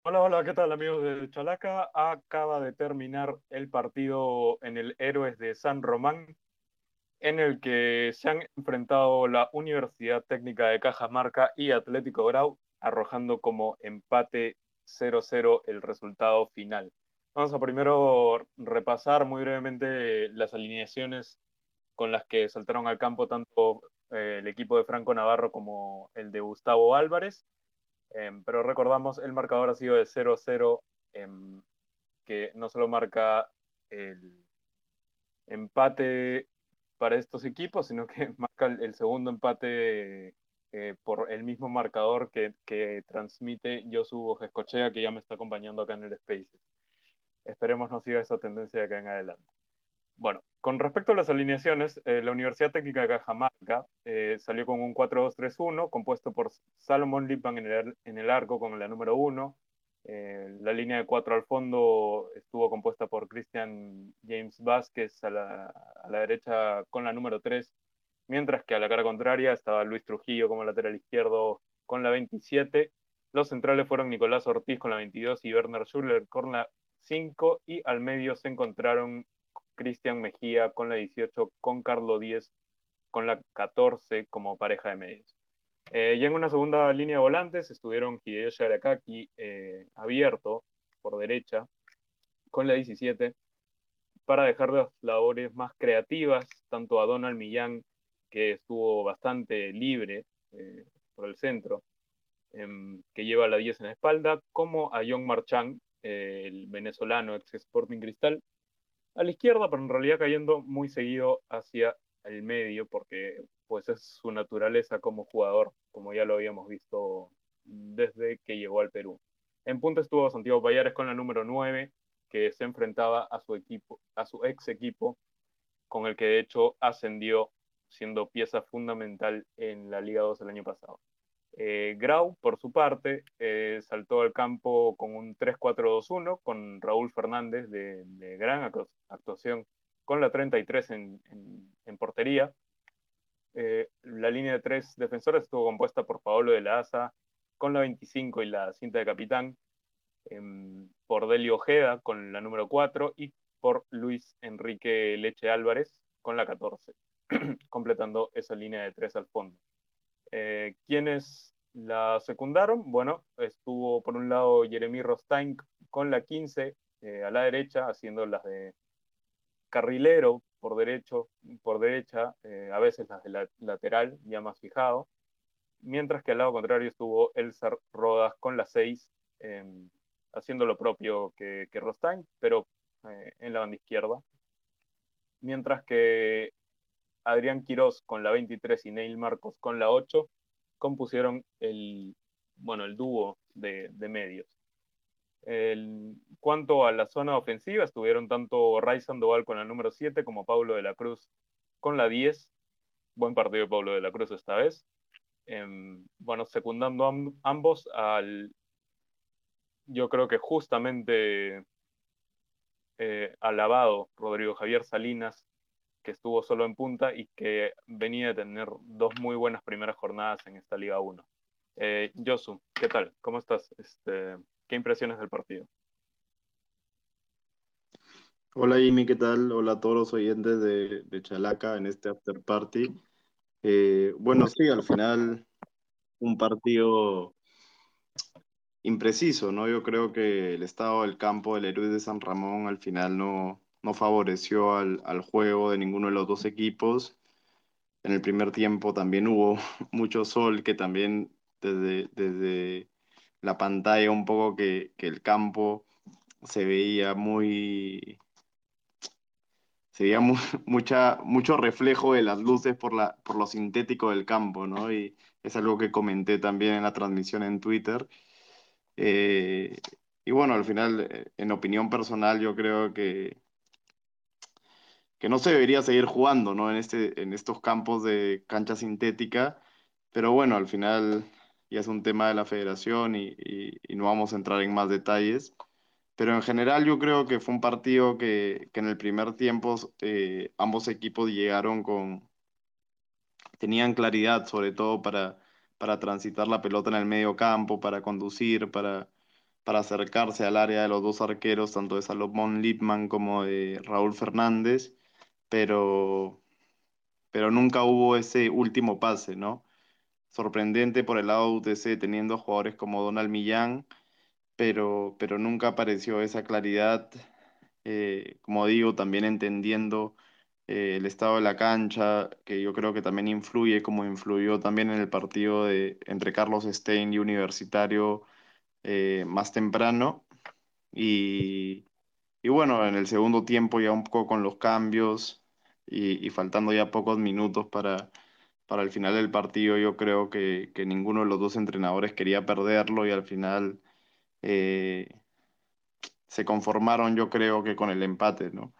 Hola, hola, ¿qué tal amigos de Chalaca? Acaba de terminar el partido en el Héroes de San Román, en el que se han enfrentado la Universidad Técnica de Cajamarca y Atlético Grau, arrojando como empate 0-0 el resultado final. Vamos a primero repasar muy brevemente las alineaciones con las que saltaron al campo tanto el equipo de Franco Navarro como el de Gustavo Álvarez. Pero recordamos, el marcador ha sido de 0-0, que no solo marca el empate para estos equipos, sino que marca el segundo empate por el mismo marcador que transmite Josu Gescochea, que ya me está acompañando acá en el Spaces. Esperemos no siga esa tendencia de acá en adelante. Bueno, con respecto a las alineaciones, la Universidad Técnica de Cajamarca salió con un 4-2-3-1 compuesto por Salomón Lipan en el arco con la número uno. La línea de cuatro al fondo estuvo compuesta por Christian James Vázquez a la derecha con la número 3, mientras que a la cara contraria estaba Luis Trujillo como lateral izquierdo con la 27. Los centrales fueron Nicolás Ortiz con la 22 y Werner Schuller con la 5, y al medio se encontraron Cristian Mejía con la 18, con Carlos Díez con la 14 como pareja de medios. Ya en una segunda línea de volantes estuvieron Hideyoshi Arakaki abierto por derecha con la 17 para dejar las labores más creativas tanto a Donald Millán, que estuvo bastante libre por el centro, que lleva la 10 en la espalda, como a John Marchand, el venezolano ex Sporting Cristal, a la izquierda, pero en realidad cayendo muy seguido hacia el medio, porque pues es su naturaleza como jugador, como ya lo habíamos visto desde que llegó al Perú. En punta estuvo Santiago Payares con la número 9, que se enfrentaba a su equipo, a su ex equipo, con el que de hecho ascendió siendo pieza fundamental en la Liga 2 el año pasado. Grau, por su parte, saltó al campo con un 3-4-2-1 con Raúl Fernández de gran actuación con la 33 en portería. La línea de tres defensores estuvo compuesta por Paolo de la Asa con la 25 y la cinta de capitán, por Delio Ojeda con la número 4 y por Luis Enrique Leche Álvarez con la 14, completando esa línea de tres al fondo. ¿Quiénes la secundaron? Bueno, estuvo por un lado Jeremy Rostain con la 15 a la derecha, haciendo las de carrilero por derecha, a veces las de lateral, ya más fijado, mientras que al lado contrario estuvo Elzar Rodas con la 6, eh, haciendo lo propio que Rostain, pero en la banda izquierda, mientras que Adrián Quirós con la 23 y Neil Marcos con la 8 compusieron el dúo de medios. Cuanto a la zona ofensiva, estuvieron tanto Ray Sandoval con la número 7 como Pablo de la Cruz con la 10. Buen partido de Pablo de la Cruz esta vez. Bueno, secundando ambos yo creo que justamente alabado Rodrigo Javier Salinas, que estuvo solo en punta y que venía de tener dos muy buenas primeras jornadas en esta Liga 1. Josu, ¿qué tal? ¿Cómo estás? ¿Qué impresiones del partido? Hola Jimmy, ¿qué tal? Hola a todos los oyentes de Chalaca en este after party. Bueno, sí, al final un partido impreciso, ¿no? Yo creo que el estado del campo del Héroe de San Ramón al final no favoreció al juego de ninguno de los dos equipos. En el primer tiempo también hubo mucho sol, que también desde la pantalla un poco que el campo se veía mucho reflejo de las luces por lo sintético del campo, ¿no? Y es algo que comenté también en la transmisión en Twitter. Eh, y bueno, al final, en opinión personal, yo creo que no se debería seguir jugando, ¿no? En estos campos de cancha sintética, pero bueno, al final ya es un tema de la federación y no vamos a entrar en más detalles. Pero en general yo creo que fue un partido que en el primer tiempo ambos equipos llegaron tenían claridad sobre todo para transitar la pelota en el medio campo, para conducir, para acercarse al área de los dos arqueros, tanto de Salomón Lipman como de Raúl Fernández, pero, pero nunca hubo ese último pase, ¿no? Sorprendente por el lado de UTC teniendo jugadores como Donald Millán, pero nunca apareció esa claridad, como digo, también entendiendo el estado de la cancha, que yo creo que también influye, como influyó también en el partido entre Carlos Stein y Universitario más temprano. Y, y bueno, en el segundo tiempo ya un poco con los cambios y faltando ya pocos minutos para el final del partido, yo creo que ninguno de los dos entrenadores quería perderlo y al final eh, se conformaron, yo creo que con el empate, ¿no?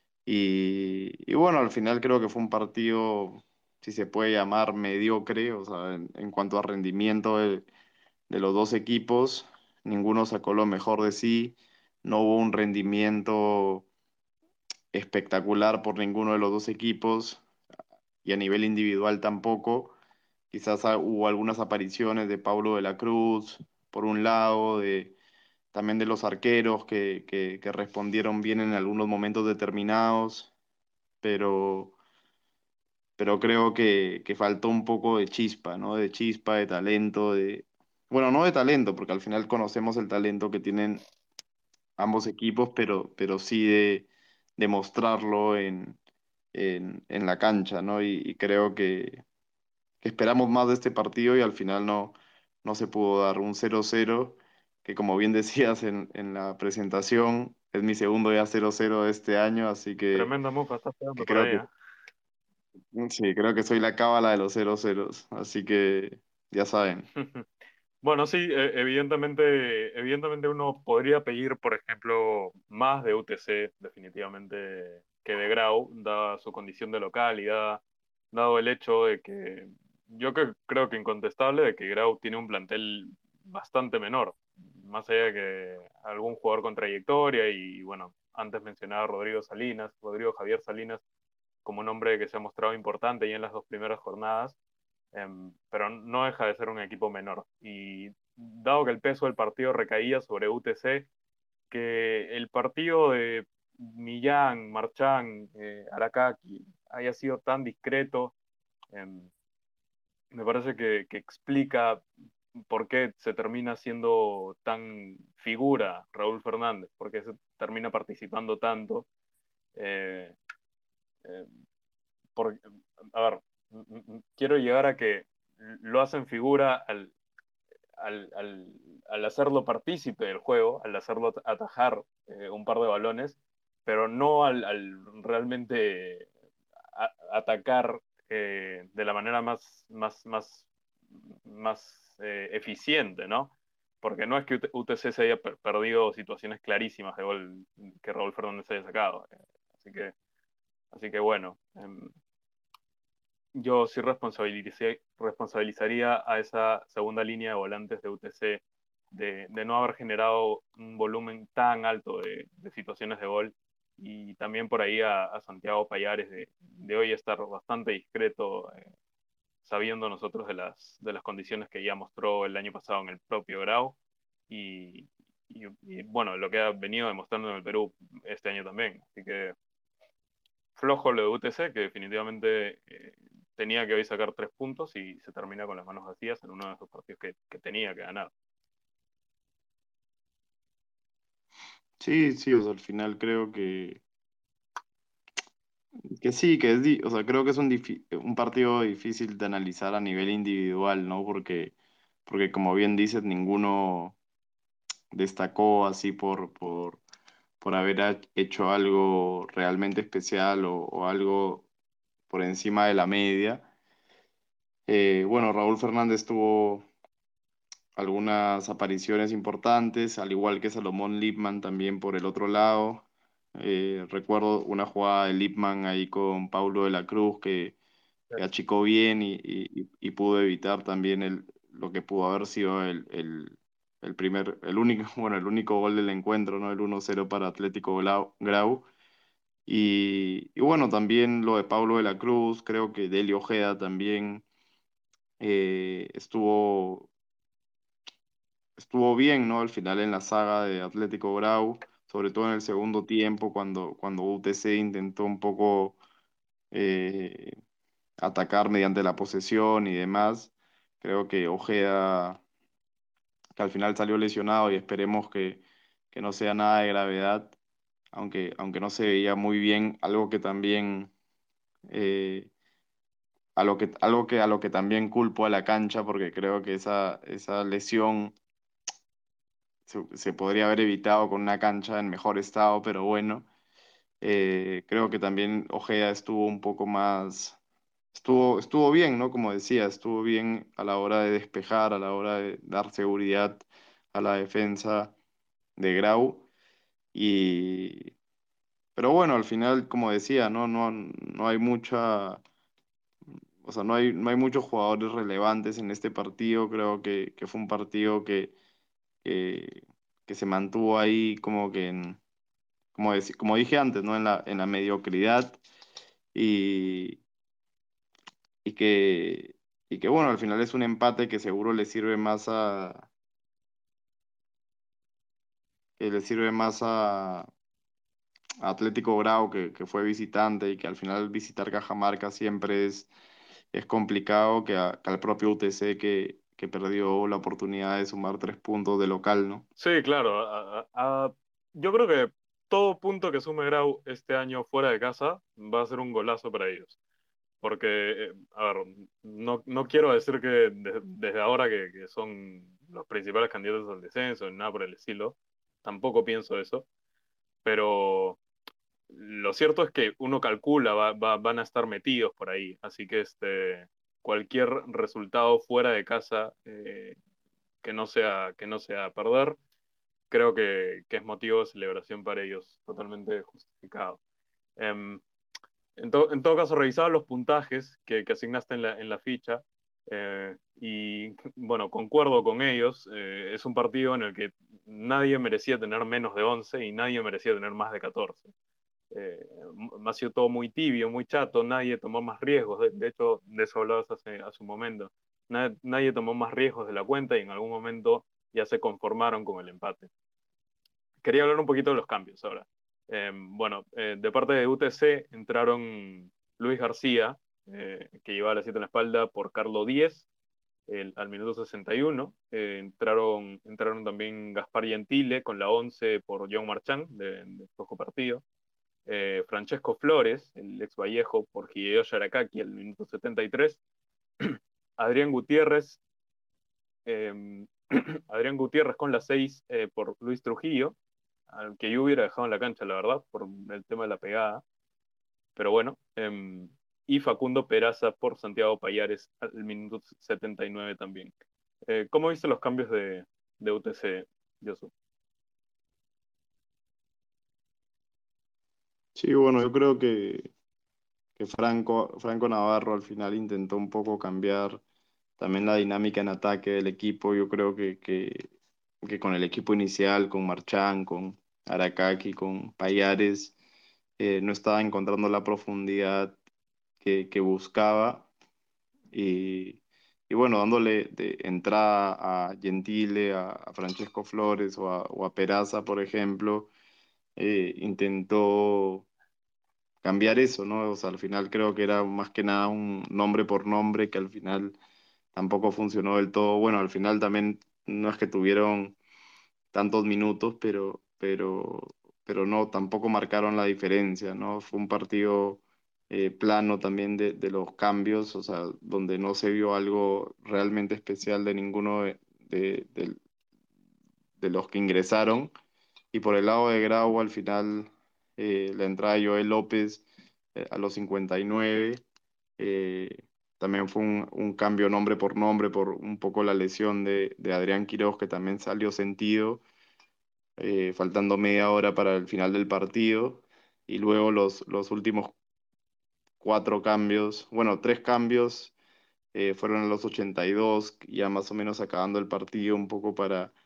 Y bueno, al final creo que fue un partido, si se puede llamar mediocre, o sea, en cuanto a rendimiento de los dos equipos, ninguno sacó lo mejor de sí, no hubo un rendimiento espectacular por ninguno de los dos equipos y a nivel individual tampoco. Quizás hubo algunas apariciones de Pablo de la Cruz, por un lado, también de los arqueros que respondieron bien en algunos momentos determinados, pero, pero creo que faltó un poco de chispa, ¿no? De chispa, de talento, bueno, no de talento, porque al final conocemos el talento que tienen ambos equipos, pero sí de mostrarlo en la cancha, ¿no? Y creo que esperamos más de este partido y al final no se pudo dar un 0-0 que como bien decías en la presentación, es mi segundo ya 0-0 de este año, así Tremenda mufa estás que pegando por creo ahí, que ¿eh? sí, creo que soy la cábala de los 0-0, así que ya saben. Bueno, sí, evidentemente uno podría pedir, por ejemplo, más de UTC, definitivamente, que de Grau, dada su condición de local y dado el hecho de que creo que incontestable de que Grau tiene un plantel bastante menor, más allá de que algún jugador con trayectoria y bueno, antes mencionaba a Rodrigo Javier Salinas como un hombre que se ha mostrado importante ya en las dos primeras jornadas, pero no deja de ser un equipo menor. Y dado que el peso del partido recaía sobre UTC, que el partido de Millán, Marchán, Aracaki haya sido tan discreto, eh, me parece que explica por qué se termina siendo tan figura Raúl Fernández, por qué se termina participando tanto. Eh, eh, por, a ver, quiero llegar a que lo hacen figura al hacerlo partícipe del juego, al hacerlo atajar un par de balones, pero no al realmente atacar de la manera más eficiente, ¿no? Porque no es que UTC se haya perdido situaciones clarísimas de gol que Raúl Fernández haya sacado. Así que, así que bueno, yo sí responsabilizaría a esa segunda línea de volantes de UTC de no haber generado un volumen tan alto de situaciones de gol y también por ahí a Santiago Payares de hoy estar bastante discreto, sabiendo nosotros de las condiciones que ya mostró el año pasado en el propio Grau y, bueno, lo que ha venido demostrando en el Perú este año también. Así que flojo lo de UTC, que definitivamente tenía que hoy sacar 3 puntos y se termina con las manos vacías en uno de esos partidos que tenía que ganar. Sí, sí, o sea, al final creo que sí, o sea, creo que es un partido difícil de analizar a nivel individual, ¿no? Porque como bien dices, ninguno destacó así por haber hecho algo realmente especial o algo por encima de la media. Bueno, Raúl Fernández tuvo algunas apariciones importantes, al igual que Salomón Lipman también por el otro lado. Recuerdo una jugada de Lipman ahí con Paulo de la Cruz que achicó bien y pudo evitar también lo que pudo haber sido el único, bueno, el único gol del encuentro, ¿no? El 1-0 para Atlético Grau. Y bueno, también lo de Paulo de la Cruz, creo que Delio Ojeda también estuvo estuvo bien, ¿no? Al final en la saga de Atlético Grau, sobre todo en el segundo tiempo, cuando UTC intentó un poco eh, atacar mediante la posesión y demás. Creo que Ojeda, que al final salió lesionado y esperemos que no sea nada de gravedad, aunque no se veía muy bien, algo que también eh, a lo que también culpo a la cancha, porque creo que esa lesión se podría haber evitado con una cancha en mejor estado, pero bueno, creo que también Ojeda estuvo un poco más, estuvo bien, ¿no? Como decía, estuvo bien a la hora de despejar, a la hora de dar seguridad a la defensa de Grau. Y, pero bueno, al final, como decía, no hay mucha, o sea, no hay muchos jugadores relevantes en este partido. Creo que fue un partido que, que se mantuvo ahí como que como dije antes, ¿no? En la mediocridad y, y que, y que, bueno, al final es un empate que seguro le sirve más que le sirve más a Atlético Grau, que fue visitante y que al final visitar Cajamarca siempre es complicado que al propio UTC que perdió la oportunidad de sumar 3 puntos de local, ¿no? Sí, claro. Yo creo que todo punto que sume Grau este año fuera de casa va a ser un golazo para ellos. Porque, a ver, no quiero decir que desde ahora que son los principales candidatos al descenso, ni nada por el estilo. Tampoco pienso eso. Pero lo cierto es que uno calcula, van a estar metidos por ahí. Así que cualquier resultado fuera de casa que no sea perder, creo que es motivo de celebración para ellos, totalmente justificado. Em, en todo caso, revisaba los puntajes que asignaste en la ficha y bueno, concuerdo con ellos. Es un partido en el que nadie merecía tener menos de 11 y nadie merecía tener más de 14. Eh, ha sido todo muy tibio, muy chato, nadie tomó más riesgos. De hecho, de eso hablabas hace un momento. Nadie tomó más riesgos de la cuenta y en algún momento ya se conformaron con el empate. Quería hablar un poquito de los cambios ahora. Bueno, de parte de UTC entraron Luis García, que llevaba la 7 en la espalda, por Carlo Díez al minuto 61. Entraron también Gaspar Gentile con la 11 por John Marchán, de flojo partido. Francesco Flores, el ex Vallejo, por Hideo Yarakaki al minuto 73. Adrián Gutiérrez, eh, Adrián Gutiérrez con la 6 por Luis Trujillo, al que yo hubiera dejado en la cancha, la verdad, por el tema de la pegada. Pero bueno, y Facundo Peraza por Santiago Payares al minuto 79 también. ¿Cómo viste los cambios de UTC, Josu? Sí, bueno, yo creo que Franco Navarro al final intentó un poco cambiar también la dinámica en ataque del equipo. Yo creo que con el equipo inicial, con Marchán, con Arakaki, con Payares, no estaba encontrando la profundidad que buscaba y bueno, dándole de entrada a Gentile, a Francesco Flores o a Peraza, por ejemplo, intentó cambiar eso, ¿no? O sea, al final creo que era más que nada un nombre por nombre que al final tampoco funcionó del todo. Bueno, al final también no es que tuvieron tantos minutos, pero no, tampoco marcaron la diferencia, ¿no? Fue un partido plano también de los cambios, o sea, donde no se vio algo realmente especial de ninguno de los que ingresaron. Y por el lado de Grau, al final, la entrada de Joel López a los 59, eh, también fue un cambio nombre por nombre por un poco la lesión de Adrián Quiroz, que también salió sentido, faltando media hora para el final del partido. Y luego los últimos 4 cambios, bueno, 3 cambios, fueron a los 82, ya más o menos acabando el partido, un poco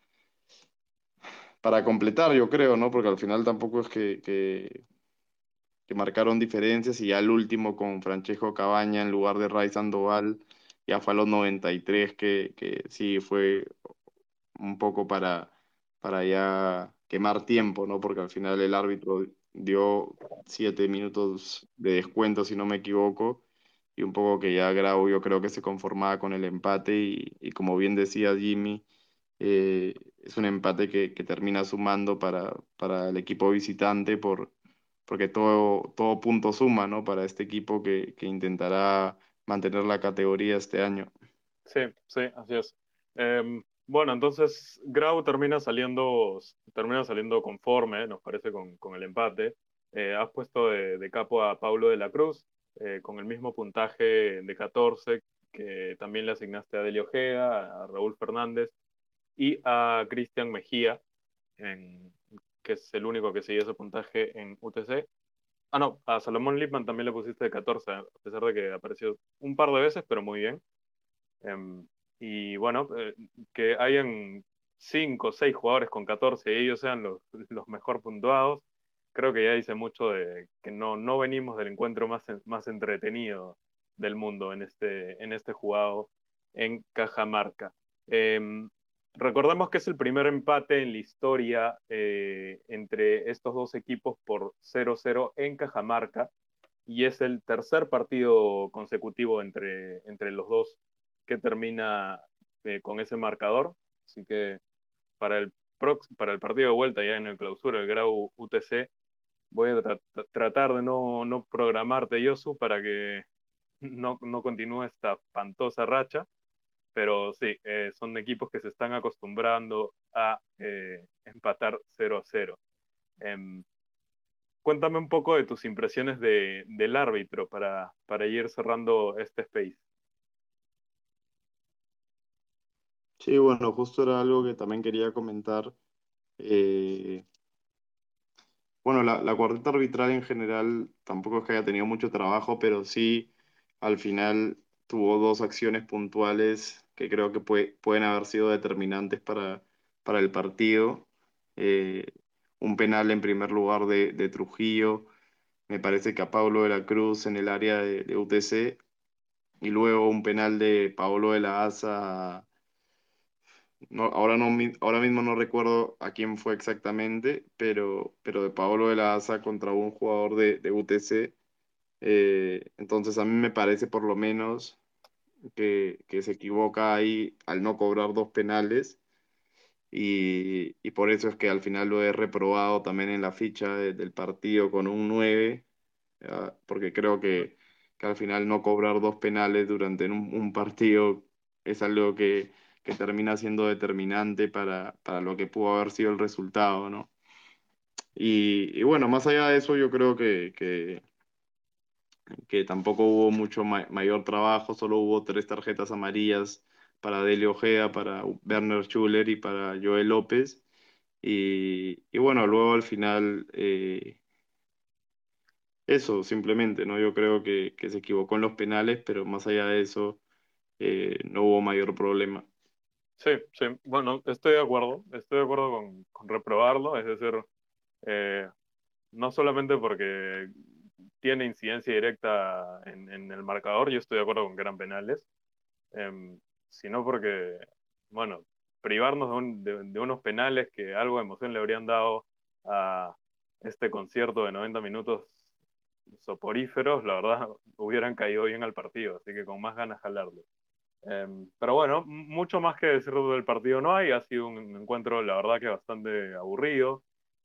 para completar, yo creo, ¿no? Porque al final tampoco es que marcaron diferencias y ya el último con Francesco Cabaña en lugar de Ray Sandoval, ya fue a los 93 que sí fue un poco para ya quemar tiempo, ¿no? Porque al final el árbitro dio 7 minutos de descuento, si no me equivoco, y un poco que ya Grau yo creo que se conformaba con el empate y como bien decía Jimmy, es un empate que termina sumando para el equipo visitante porque todo punto suma, ¿no? Para este equipo que intentará mantener la categoría este año. Sí, sí, así es. Bueno, entonces Grau termina saliendo conforme, nos parece, con el empate. Has puesto de capo a Paulo de la Cruz, con el mismo puntaje de 14 que también le asignaste a Delio Ojeda, a Raúl Fernández y a Cristian Mejía, en- que es el único que sigue ese puntaje en UTC. Ah, no, a Salomón Lipman también le pusiste de 14, a pesar de que apareció un par de veces, pero muy bien. Y bueno, que hayan 5 o 6 jugadores con 14 y ellos sean los mejor puntuados, creo que ya dice mucho de que no venimos del encuentro más entretenido del mundo en este jugado en Cajamarca. Eh, Recordemos que es el primer empate en la historia entre estos dos equipos por 0-0 en Cajamarca y es el tercer partido consecutivo entre los dos que termina con ese marcador. Así que para el partido de vuelta ya en el clausura, el Grau UTC, voy a tratar de no programarte, Yosu, para que no continúe esta espantosa racha. Pero sí, son equipos que se están acostumbrando a empatar 0-0. Em, Cuéntame un poco de tus impresiones del árbitro para ir cerrando este space. Sí, bueno, justo era algo que también quería comentar. Eh, bueno, la cuarteta arbitral en general tampoco es que haya tenido mucho trabajo, pero sí al final tuvo dos acciones puntuales que creo que pueden haber sido determinantes para el partido. Eh, un penal en primer lugar de Trujillo, me parece que a Pablo de la Cruz en el área de UTC, y luego un penal de Paolo de la Asa. No, ahora mismo no recuerdo a quién fue exactamente, pero de Paolo de la Asa contra un jugador de UTC. Entonces a mí me parece por lo menos que se equivoca ahí al no cobrar dos penales y por eso es que al final lo he reprobado también en la ficha del partido con un 9, porque creo que al final no cobrar dos penales durante un partido es algo que termina siendo determinante para lo que pudo haber sido el resultado, ¿no? Y bueno, más allá de eso, yo creo que tampoco hubo mucho mayor trabajo, solo hubo 3 tarjetas amarillas para Delio Ojeda, para Werner Schuller y para Joel López. Y bueno, luego al final, eso simplemente, ¿no? Yo creo que se equivocó en los penales, pero más allá de eso, no hubo mayor problema. Sí, sí, bueno, estoy de acuerdo con reprobarlo, es decir, eh, no solamente porque tiene incidencia directa en el marcador, yo estoy de acuerdo con que eran penales, sino porque, bueno, privarnos de unos penales que algo de emoción le habrían dado a este concierto de 90 minutos soporíferos, la verdad, hubieran caído bien al partido, así que con más ganas jalarlo. Pero bueno, mucho más que decir del partido no hay, ha sido un encuentro, la verdad, que bastante aburrido,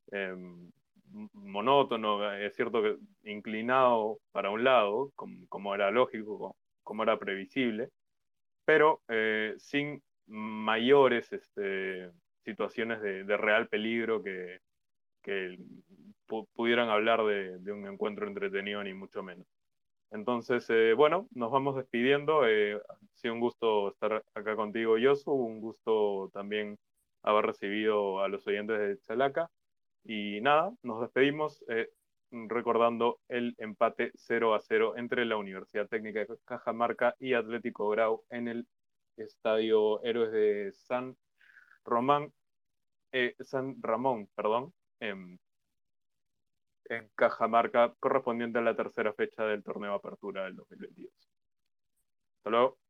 monótono, es cierto que inclinado para un lado, como era lógico, como era previsible, pero sin mayores situaciones de real peligro que pudieran hablar de un encuentro entretenido, ni mucho menos. Entonces, bueno, nos vamos despidiendo. Ha sido un gusto estar acá contigo, Yosu. Un gusto también haber recibido a los oyentes de Chalaca. Y nada, nos despedimos recordando el empate 0-0 entre la Universidad Técnica de Cajamarca y Atlético Grau en el Estadio Héroes de San Ramón, perdón, en Cajamarca, correspondiente a la tercera fecha del torneo Apertura del 2022. Hasta luego.